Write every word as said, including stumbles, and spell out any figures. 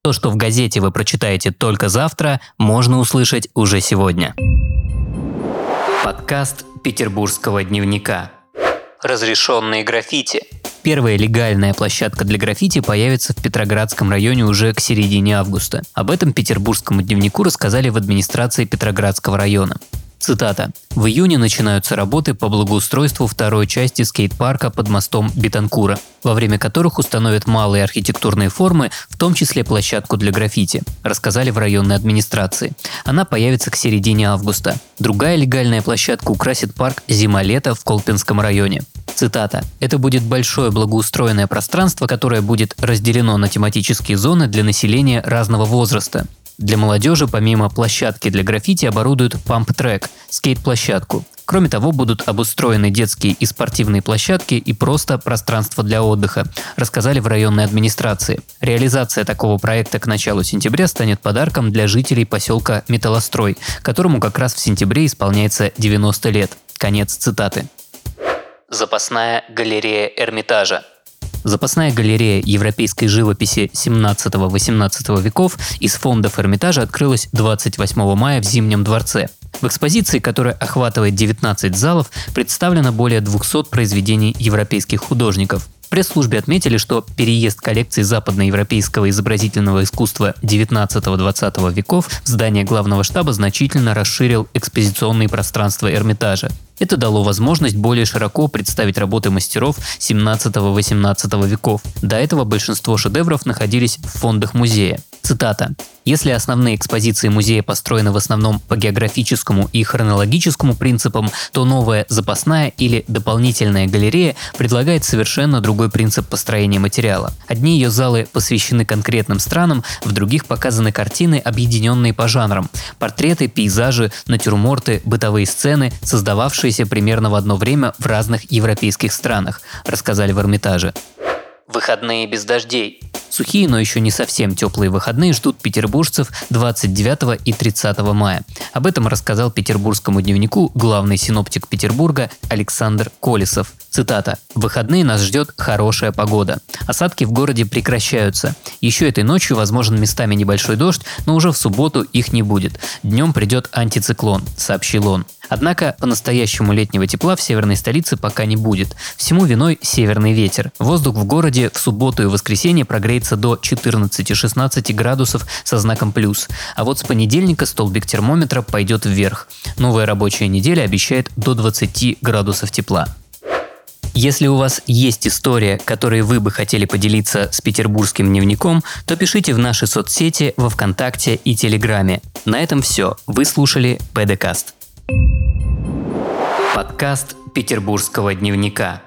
То, что в газете вы прочитаете только завтра, можно услышать уже сегодня. Подкаст Петербургского дневника. Разрешенные граффити. Первая легальная площадка для граффити появится в Петроградском районе уже к середине августа. Об этом Петербургскому дневнику рассказали в администрации Петроградского района. Цитата. «В июне начинаются работы по благоустройству второй части скейт-парка под мостом Бетанкура, во время которых установят малые архитектурные формы, в том числе площадку для граффити», рассказали в районной администрации. Она появится к середине августа. Другая легальная площадка украсит парк «Зима-лето» в Колпинском районе. Цитата. «Это будет большое благоустроенное пространство, которое будет разделено на тематические зоны для населения разного возраста. Для молодежи помимо площадки для граффити оборудуют памп-трек – скейт-площадку. Кроме того, будут обустроены детские и спортивные площадки и просто пространство для отдыха», рассказали в районной администрации. Реализация такого проекта к началу сентября станет подарком для жителей поселка Металлострой, которому как раз в сентябре исполняется девяносто лет. Конец цитаты. Запасная галерея Эрмитажа. Запасная галерея европейской живописи семнадцатого-восемнадцатого веков из фондов Эрмитажа открылась двадцать восьмого мая в Зимнем дворце. В экспозиции, которая охватывает девятнадцать залов, представлено более двухсот произведений европейских художников. В пресс-службе отметили, что переезд коллекции западноевропейского изобразительного искусства девятнадцатого-двадцатого веков в здание главного штаба значительно расширил экспозиционные пространства Эрмитажа. Это дало возможность более широко представить работы мастеров семнадцатого-восемнадцатого веков. До этого большинство шедевров находились в фондах музея. Цитата. «Если основные экспозиции музея построены в основном по географическому и хронологическому принципам, то новая запасная или дополнительная галерея предлагает совершенно другой принцип построения материала. Одни ее залы посвящены конкретным странам, в других показаны картины, объединенные по жанрам – портреты, пейзажи, натюрморты, бытовые сцены, создававшиеся примерно в одно время в разных европейских странах», рассказали в Эрмитаже. Выходные без дождей. Сухие, но еще не совсем теплые выходные ждут петербуржцев двадцать девятого и тридцатого мая. Об этом рассказал Петербургскому дневнику главный синоптик Петербурга Александр Колесов. Цитата. «В выходные нас ждет хорошая погода. Осадки в городе прекращаются. Еще этой ночью возможен местами небольшой дождь, но уже в субботу их не будет. Днем придет антициклон», сообщил он. Однако по-настоящему летнего тепла в северной столице пока не будет. Всему виной северный ветер. Воздух в городе в субботу и воскресенье прогреется до четырнадцати-шестнадцати градусов со знаком плюс. А вот с понедельника столбик термометра пойдет вверх. Новая рабочая неделя обещает до двадцати градусов тепла. Если у вас есть история, которой вы бы хотели поделиться с Петербургским дневником, то пишите в наши соцсети во ВКонтакте и Телеграме. На этом все. Вы слушали ПДКаст. Подкаст Петербургского дневника.